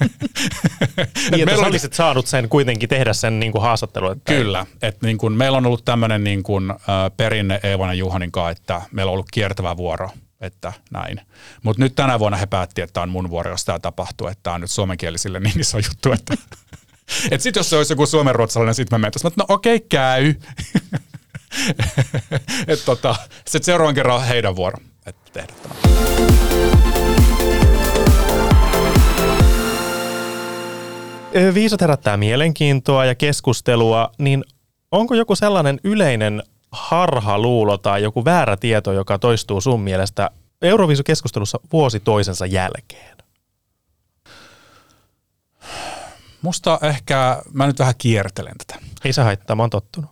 Niin, että sä olisit saanut sen kuitenkin tehdä sen niin kuin haastattelun. Kyllä, että niin kuin meillä on ollut tämmöinen niin kuin perinne Eevan ja Juhanin kanssa, että meillä on ollut kiertävä vuoro, että näin. Mutta nyt tänä vuonna he päätti, että on mun vuoro, jos tämä tapahtuu, että tämä on nyt suomenkielisille niin iso juttu, että sitten jos se olisi joku suomenruotsalainen, sitten mä mentäisin, että no okei, käy. Että sitten seuraavan kerran on heidän vuoro, että tehdä tämä. Viisat herättää mielenkiintoa ja keskustelua, niin onko joku sellainen yleinen harhaluulo tai joku väärä tieto, joka toistuu sun mielestä Euroviisukeskustelussa vuosi toisensa jälkeen? Musta ehkä, mä nyt vähän kiertelen tätä. Ei se haittaa, mä oon tottunut.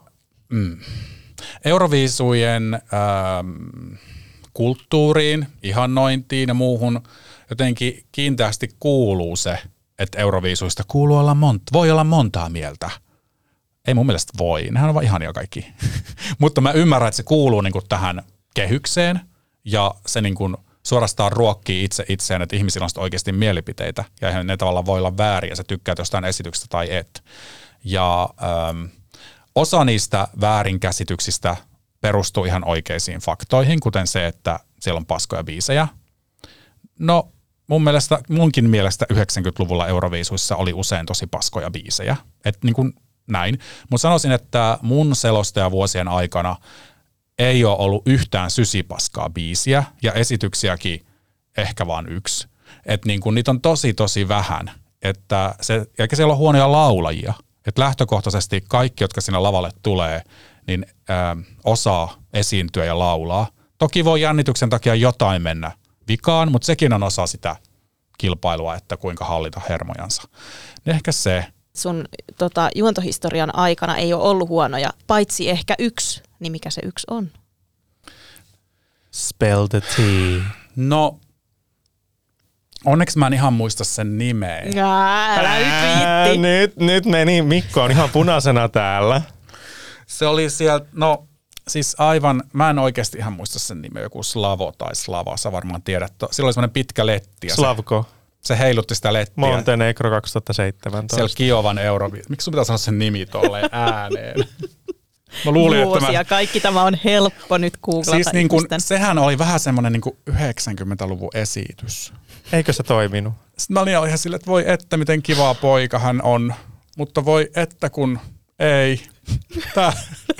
Euroviisujen kulttuuriin, ihannointiin ja muuhun jotenkin kiinteästi kuuluu se, että Euroviisuista voi olla montaa mieltä. Ei mun mielestä voi, nehän on vaan ihania kaikki. Mutta mä ymmärrän, että se kuuluu niinku tähän kehykseen ja se niinku suorastaan ruokkii itseään, että ihmisillä on oikeasti mielipiteitä ja eihän ne tavallaan voi olla väärin ja sä tykkäät jostain esityksestä tai et. Ja osa niistä väärinkäsityksistä perustuu ihan oikeisiin faktoihin, kuten se, että siellä on paskoja biisejä. No munkin mielestä 90-luvulla Euroviisuissa oli usein tosi paskoja biisejä. Että niin kuin näin. Mutta sanoisin, että mun selostajavuosien aikana ei ole ollut yhtään sysipaskaa biisiä ja esityksiäkin ehkä vaan 1. Että niin kuin niitä on tosi vähän. Että eikä siellä ole huonoja laulajia. Että lähtökohtaisesti kaikki, jotka sinne lavalle tulee, niin osaa esiintyä ja laulaa. Toki voi jännityksen takia jotain mennä vikaan, mutta sekin on osa sitä kilpailua, että kuinka hallita hermojansa. Ehkä se. Sun juontohistorian aikana ei ole ollut huonoja, paitsi ehkä 1, niin mikä se 1 on? Spell the tea. No, onneksi mä en ihan muista sen nimeä. Älä nyt viitti. Nyt meni. Mikko on ihan punaisena täällä. Se oli sieltä, no siis aivan, mä en oikeasti ihan muista sen nimeä, joku Slavo tai Slava, sä varmaan tiedät. Sillä oli semmoinen pitkä letti. Slavko. Se heilutti sitä lettiä. Montenegro 2017. Siellä Kiovan Euroviisut. Miksi sun pitää sanoa sen nimi tolleen ääneen? Mä luulin, Vuosia. Kaikki tämä on helppo nyt googlata. Siis niin kun, sehän oli vähän semmoinen niin 90-luvun esitys. Eikö se toiminut? Sitten mä olin ihan silleen, että voi että miten kivaa poika hän on, mutta voi että kun ei. Tää.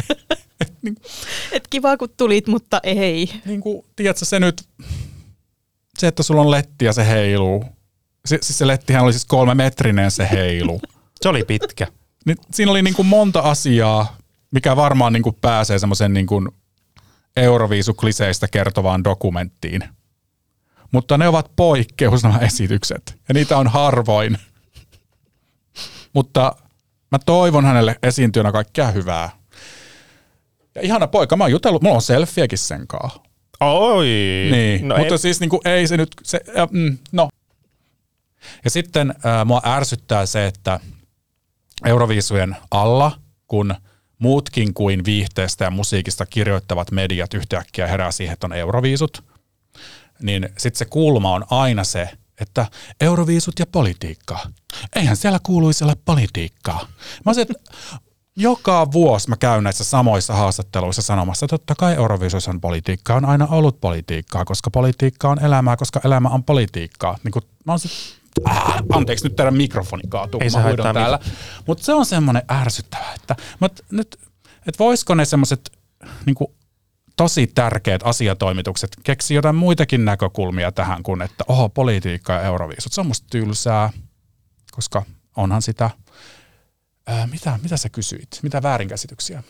Et kiva kun tulit, mutta ei. Niin kuin, tiedätkö se nyt, se että sulla on letti ja se heiluu. Siis se lettihän oli siis 3-metrinen se heilu. Se oli pitkä. Niin, siinä oli niin kuin monta asiaa, mikä varmaan niin kuin pääsee semmoisen niin kuin Euroviisukliseistä kertovaan dokumenttiin. Mutta ne ovat poikkeus nämä esitykset. Ja niitä on harvoin. Mutta mä toivon hänelle esiintyjänä kaikkea hyvää. Ja ihana poika, mä oon jutellut, mulla on selfiekin sen kanssa. Oi. Niin, no mutta siis niinku, ei se nyt, no. Ja sitten mua ärsyttää se, että Euroviisujen alla, kun muutkin kuin viihteestä ja musiikista kirjoittavat mediat yhtäkkiä herää siihen, että on Euroviisut, niin sitten se kulma on aina se, että Euroviisut ja politiikka. Eihän siellä kuuluisi olla politiikkaa. Mä sanoin, että joka vuosi mä käyn näissä samoissa haastatteluissa sanomassa, että totta kai Euroviisuissa on politiikkaa, on aina ollut politiikkaa, koska politiikka on elämää, koska elämä on politiikkaa. Niin kun, mä oon anteeksi, nyt teidän mikrofoni kaatuu, kun mä huidon täällä. Mutta se on semmoinen ärsyttävä, että voisiko ne semmoiset niinku tosi tärkeät asiatoimitukset keksiä jotain muitakin näkökulmia tähän kuin, että politiikka ja Euroviisut. Se on musta tylsää, koska onhan sitä. Mitä sä kysyit? Mitä väärinkäsityksiä?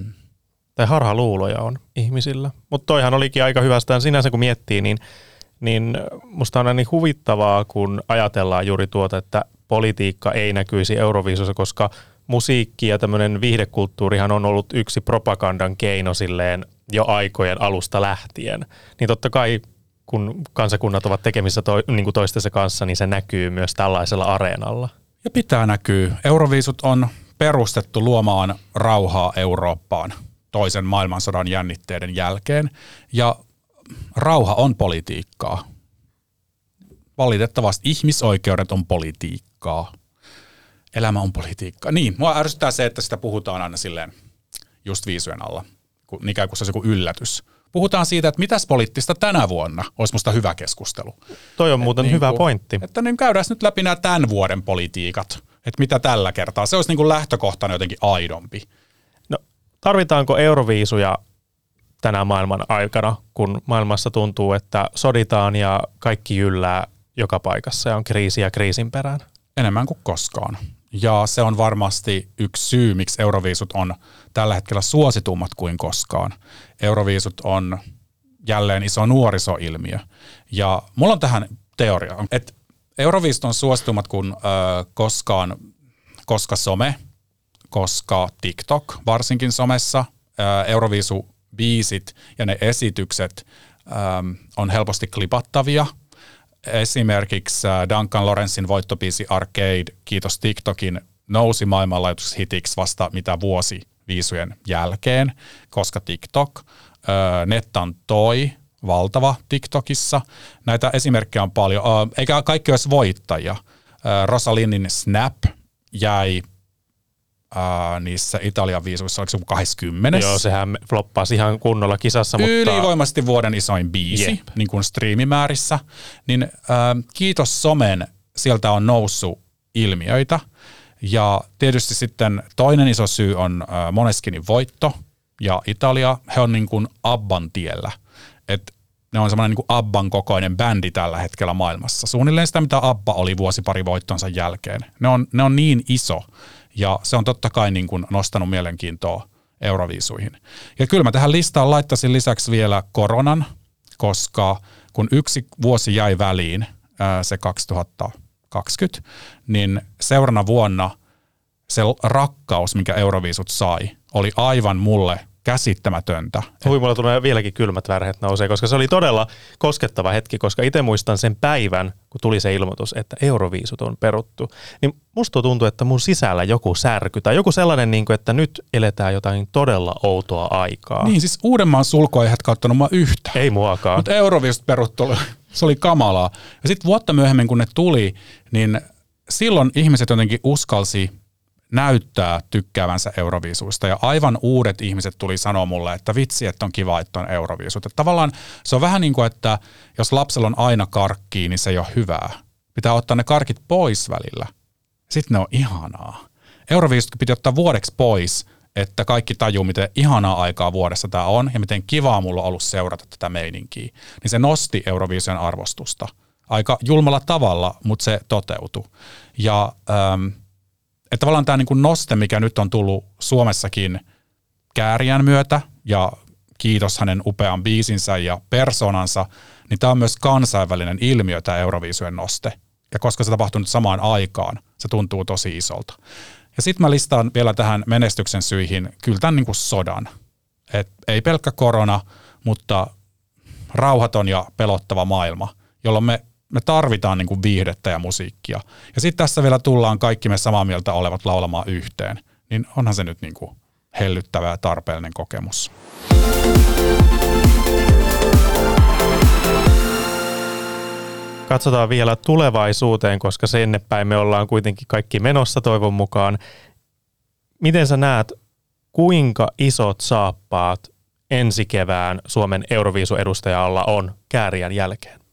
Tai harhaluuloja on ihmisillä. Mutta toihan olikin aika hyvästään sinänsä, kun miettii, niin musta on niin huvittavaa, kun ajatellaan juuri tuota, että politiikka ei näkyisi Euroviisussa, koska musiikki ja tämmöinen viihdekulttuurihan on ollut yksi propagandan keino silleen jo aikojen alusta lähtien. Niin totta kai, kun kansakunnat ovat tekemissä niin toistensa kanssa, niin se näkyy myös tällaisella areenalla. Ja pitää näkyy. Euroviisut on perustettu luomaan rauhaa Eurooppaan toisen maailmansodan jännitteiden jälkeen. Ja rauha on politiikkaa. Valitettavasti ihmisoikeudet on politiikkaa. Elämä on politiikkaa. Niin, mua ärsyttää se, että sitä puhutaan aina silleen just viisujen alla. Ikään kuin se olisi joku yllätys. Puhutaan siitä, että mitäs poliittista tänä vuonna olisi musta hyvä keskustelu. Toi on muuten niin hyvä pointti. Että niin käydään nyt läpi nämä tämän vuoden politiikat. Että mitä tällä kertaa. Se olisi niin kuin lähtökohtana jotenkin aidompi. No, tarvitaanko Euroviisuja tänä maailman aikana, kun maailmassa tuntuu, että soditaan ja kaikki jyllää joka paikassa ja on kriisiä kriisin perään? Enemmän kuin koskaan. Ja se on varmasti yksi syy, miksi Euroviisut on tällä hetkellä suositummat kuin koskaan. Euroviisut on jälleen iso nuorisoilmiö. Ja mulla on tähän teoria, että Euroviisut on suositummat kuin koskaan, koska some, koska TikTok, varsinkin somessa, Euroviisubiisit ja ne esitykset on helposti klipattavia. Esimerkiksi Duncan Lawrencen voittobiisi Arcade, kiitos TikTokin, nousi maailmanlaajuiseksi hitiksi vasta vuosi viisujen jälkeen, koska TikTok, Nettan Toi, valtava TikTokissa. Näitä esimerkkejä on paljon, eikä kaikki olisi voittajia. Rosalinin Snap jäi niissä Italian viisuissa, oliko se 20? Joo, sehän floppasi ihan kunnolla kisassa. Ylivoimaisesti vuoden isoin biisi, niin kuin striimimäärissä. Niin kiitos somen, sieltä on noussut ilmiöitä. Ja tietysti sitten toinen iso syy on Måneskinin voitto ja Italia. He on niin kuin Abban tiellä. Et ne on semmoinen niin kuin Abban kokoinen bändi tällä hetkellä maailmassa. Suunnilleen sitä, mitä Abba oli vuosi pari voittonsa jälkeen. Ne on niin iso. Ja se on totta kai niin kuin nostanut mielenkiintoa Euroviisuihin. Ja kyllä mä tähän listaan laittaisin lisäksi vielä koronan, koska kun yksi vuosi jäi väliin, se 2020, niin seuraavana vuonna se rakkaus, mikä Euroviisut sai, oli aivan mulle käsittämätöntä. Mulla tulee vieläkin kylmät värhet nousee, koska se oli todella koskettava hetki, koska itse muistan sen päivän, kun tuli se ilmoitus, että Euroviisut on peruttu. Niin musta tuntuu, että mun sisällä joku särky tai joku sellainen, että nyt eletään jotain todella outoa aikaa. Niin, siis Uudenmaan sulku ei kauttanut mua yhtään. Ei muakaan. Mutta Euroviisut peruttu, se oli kamalaa. Ja sitten vuotta myöhemmin, kun ne tuli, niin silloin ihmiset jotenkin uskalsi näyttää tykkäävänsä Euroviisuista ja aivan uudet ihmiset tuli sanoa mulle, että vitsi, että on kiva, että on Euroviisut. Että tavallaan se on vähän niin kuin, että jos lapsella on aina karkkia, niin se ei ole hyvää. Pitää ottaa ne karkit pois välillä. Sitten ne on ihanaa. Euroviisut piti ottaa vuodeksi pois, että kaikki tajuu, miten ihanaa aikaa vuodessa tämä on ja miten kivaa mulla on ollut seurata tätä meininkiä. Niin se nosti Euroviision arvostusta. Aika julmalla tavalla, mutta se toteutui. Ja että tavallaan tämä niin noste, mikä nyt on tullut Suomessakin Kääriän myötä, ja kiitos hänen upean biisinsä ja persoonansa, niin tämä on myös kansainvälinen ilmiö, tämä Euroviisujen noste. Ja koska se tapahtuu nyt samaan aikaan, se tuntuu tosi isolta. Ja sitten mä listaan vielä tähän menestyksen syihin kyllä tämän niin kuin sodan. Et ei pelkkä korona, mutta rauhaton ja pelottava maailma, jolloin me tarvitaan niin kuin viihdettä ja musiikkia. Ja sitten tässä vielä tullaan kaikki me samaa mieltä olevat laulamaan yhteen. Niin onhan se nyt niin kuin hellyttävä ja tarpeellinen kokemus. Katsotaan vielä tulevaisuuteen, koska sinne päin me ollaan kuitenkin kaikki menossa toivon mukaan. Miten sä näet, kuinka isot saappaat ensi kevään Suomen Euroviisu-edustajalla on Kääriän jälkeen?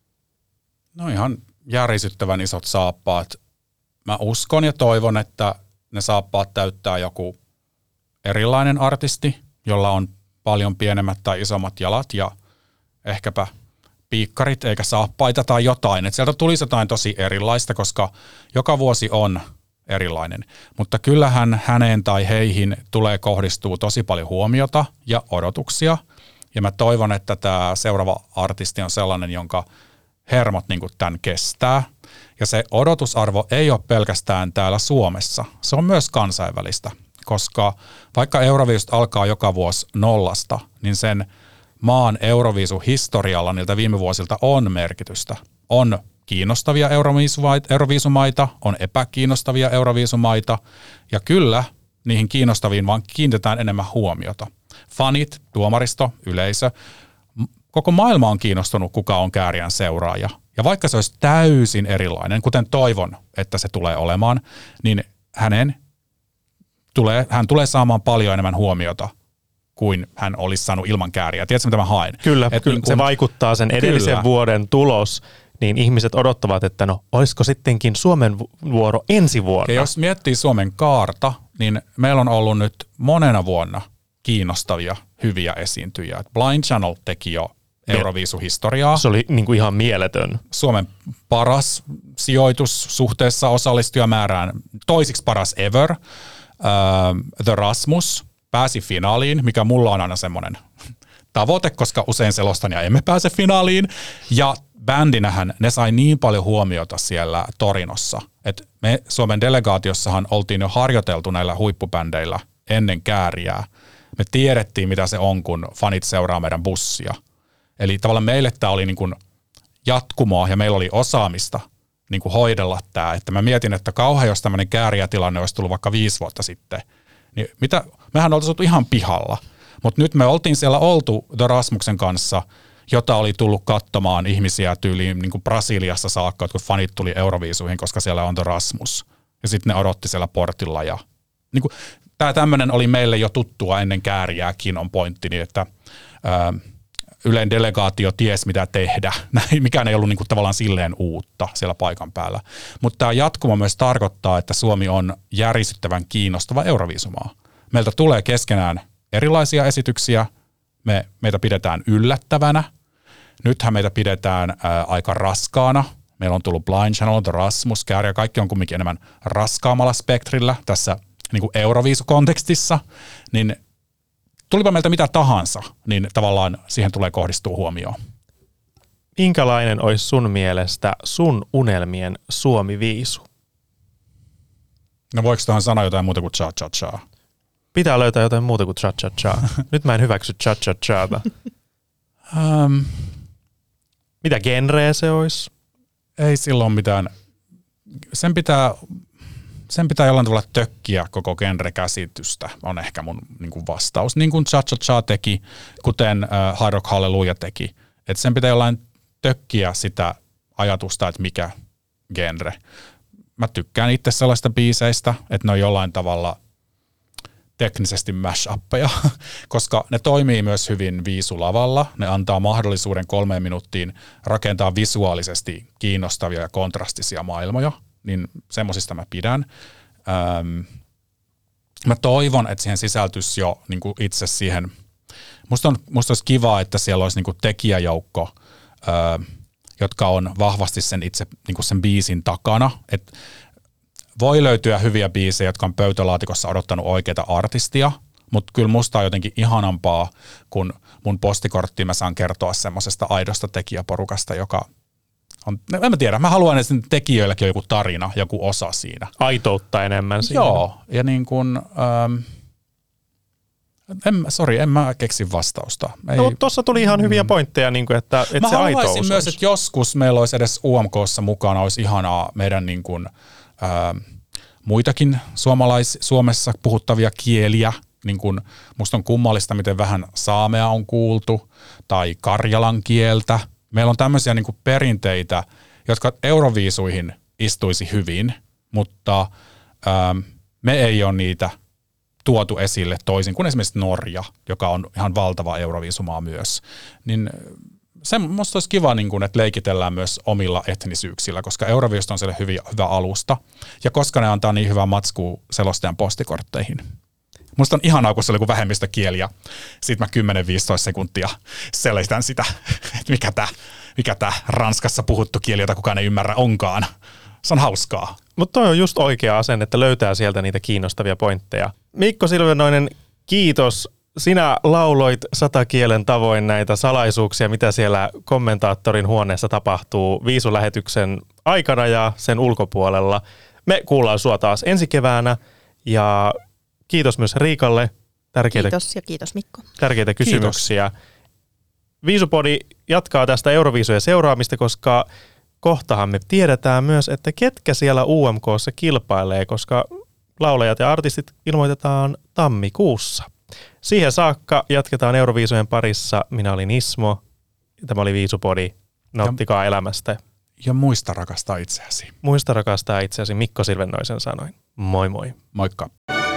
No ihan järisyttävän isot saappaat. Mä uskon ja toivon, että ne saappaat täyttää joku erilainen artisti, jolla on paljon pienemmät tai isommat jalat ja ehkäpä piikkarit eikä saappaita tai jotain. Et sieltä tulisi jotain tosi erilaista, koska joka vuosi on erilainen. Mutta kyllähän häneen tai heihin tulee kohdistua tosi paljon huomiota ja odotuksia. Ja mä toivon, että tämä seuraava artisti on sellainen, jonka hermot niin kuin tämän kestää. Ja se odotusarvo ei ole pelkästään täällä Suomessa. Se on myös kansainvälistä, koska vaikka Euroviisut alkaa joka vuosi nollasta, niin sen maan Euroviisuhistorialla niiltä viime vuosilta on merkitystä. On kiinnostavia Euroviisumaita, on epäkiinnostavia Euroviisumaita ja kyllä niihin kiinnostaviin vaan kiinnitetään enemmän huomiota. Fanit, tuomaristo, yleisö, koko maailma on kiinnostunut, kuka on Kääriän seuraaja. Ja vaikka se olisi täysin erilainen, kuten toivon, että se tulee olemaan, niin hän tulee saamaan paljon enemmän huomiota kuin hän olisi saanut ilman Kääriä. Tiedätkö, mitä mä haen? Kyllä, se vaikuttaa sen edellisen vuoden tulos, niin ihmiset odottavat, että no, olisiko sittenkin Suomen vuoro ensi vuonna? Ja jos miettii Suomen kaarta, niin meillä on ollut nyt monena vuonna kiinnostavia, hyviä esiintyjiä. Blind Channel teki jo Euroviisuhistoriaa. Se oli niin kuin ihan mieletön. Suomen paras sijoitus suhteessa osallistujamäärään, toisiksi paras ever. The Rasmus pääsi finaaliin, mikä mulla on aina semmoinen tavoite, koska usein selostan ja emme pääse finaaliin. Ja bändinähän ne sai niin paljon huomiota siellä Torinossa, että me Suomen delegaatiossahan oltiin jo harjoiteltu näillä huippubändeillä ennen Kääriää. Me tiedettiin, mitä se on, kun fanit seuraa meidän bussia. Eli tavallaan meille tämä oli niin kuin jatkumoa ja meillä oli osaamista niin kuin hoidella tämä. Että mä mietin, että kauhean jos tämmöinen Kääriä-tilanne olisi tullut vaikka 5 vuotta sitten, niin mehän oltaisiin oltu ihan pihalla. Mutta nyt me oltiin siellä oltu The Rasmuksen kanssa, jota oli tullut katsomaan ihmisiä tyyliin niin kuin Brasiliassa saakka, kun fanit tuli Euroviisuihin, koska siellä on The Rasmus. Ja sitten ne odotti siellä portilla. Ja niin kuin, tämä tämmöinen oli meille jo tuttua ennen Kääriääkin on pointti, niin että Ylen delegaatio ties mitä tehdä. Mikään ei ollut niin kuin tavallaan silleen uutta siellä paikan päällä. Mutta tämä jatkuma myös tarkoittaa, että Suomi on järisyttävän kiinnostava Euroviisumaa. Meiltä tulee keskenään erilaisia esityksiä. Meitä pidetään yllättävänä. Nythän meitä pidetään aika raskaana. Meillä on tullut Blind Channel, The Rasmus, Kääriä. Kaikki on kumminkin enemmän raskaamalla spektrillä tässä niin kuin Euroviisukontekstissa. Niin tulipa meiltä mitä tahansa, niin tavallaan siihen tulee kohdistua huomioon. Minkälainen olisi sun mielestä sun unelmien Suomi-viisu? No voiko tuohon sanoa jotain muuta kuin cha-cha-cha? Pitää löytää jotain muuta kuin cha-cha-cha. Nyt mä en hyväksy cha-cha-chata. Mitä genreä se olisi? Ei silloin mitään. Sen pitää jollain tavalla tökkiä koko genre-käsitystä, on ehkä mun niin kuin vastaus. Niin kuin cha-cha-cha teki, kuten Hard Rock Hallelujah teki. Että sen pitää jollain tökkiä sitä ajatusta, että mikä genre. Mä tykkään itse sellaista biiseistä, että ne on jollain tavalla teknisesti mash-appeja, koska ne toimii myös hyvin viisulavalla. Ne antaa mahdollisuuden 3 minuuttiin rakentaa visuaalisesti kiinnostavia ja kontrastisia maailmoja, niin semmosista mä pidän. Mä toivon, että siihen sisältyisi jo niin kuin itse siihen. Musta olisi kiva, että siellä olisi niin kuin tekijäjoukko, jotka on vahvasti sen itse niin kuin sen biisin takana. Et voi löytyä hyviä biisejä, jotka on pöytälaatikossa odottanut oikeita artistia, mutta kyllä musta on jotenkin ihanampaa, kun mun postikorttiin mä saan kertoa semmoisesta aidosta tekijäporukasta, joka on, en mä tiedä, mä haluan, että tekijöilläkin on joku tarina, joku osa siinä. Aitoutta enemmän siinä. Joo, ja niin kuin, en mä keksi vastausta. No, tuossa tuli ihan hyviä pointteja, niin kuin, että mä se aitous haluaisin myös, että joskus meillä olisi edes UMK:ssa mukana, olisi ihanaa meidän niin kuin, muitakin Suomessa puhuttavia kieliä. Niin kuin, musta on kummallista, miten vähän saamea on kuultu, tai karjalan kieltä. Meillä on tämmöisiä niin kuin perinteitä, jotka Euroviisuihin istuisi hyvin, mutta me ei ole niitä tuotu esille toisin kuin esimerkiksi Norja, joka on ihan valtava Euroviisumaa myös. Niin se musta olisi kiva, niin kun, että leikitellään myös omilla etnisyyksillä, koska Euroviisusta on siellä hyvä alusta. Ja koska ne antaa niin hyvää matskua selostajan postikortteihin. Musta on ihanaa, kun se oli joku vähemmistökieli ja sitten mä 10-15 sekuntia selitän sitä, että mikä tää Ranskassa puhuttu kieli, jota kukaan ei ymmärrä onkaan. Se on hauskaa. Mutta toi on just oikea asenne, että löytää sieltä niitä kiinnostavia pointteja. Mikko Silvennoinen, kiitos. Sinä lauloit 100 kielen tavoin näitä salaisuuksia, mitä siellä kommentaattorin huoneessa tapahtuu viisulähetyksen aikana ja sen ulkopuolella. Me kuullaan sua taas ensi keväänä ja kiitos myös Riikalle. Kiitos ja kiitos Mikko. Tärkeitä kysymyksiä. Kiitos. Viisupodi jatkaa tästä Euroviisujen seuraamista, koska kohtahan me tiedetään myös, että ketkä siellä UMK:ssa kilpailee, koska laulajat ja artistit ilmoitetaan tammikuussa. Siihen saakka jatketaan Euroviisujen parissa. Minä olin Ismo. Tämä oli Viisupodi. Nauttikaa elämästä. Ja muista rakastaa itseäsi. Muista rakastaa itseäsi, Mikko Silvennoisen sanoin. Moi moi. Moikka.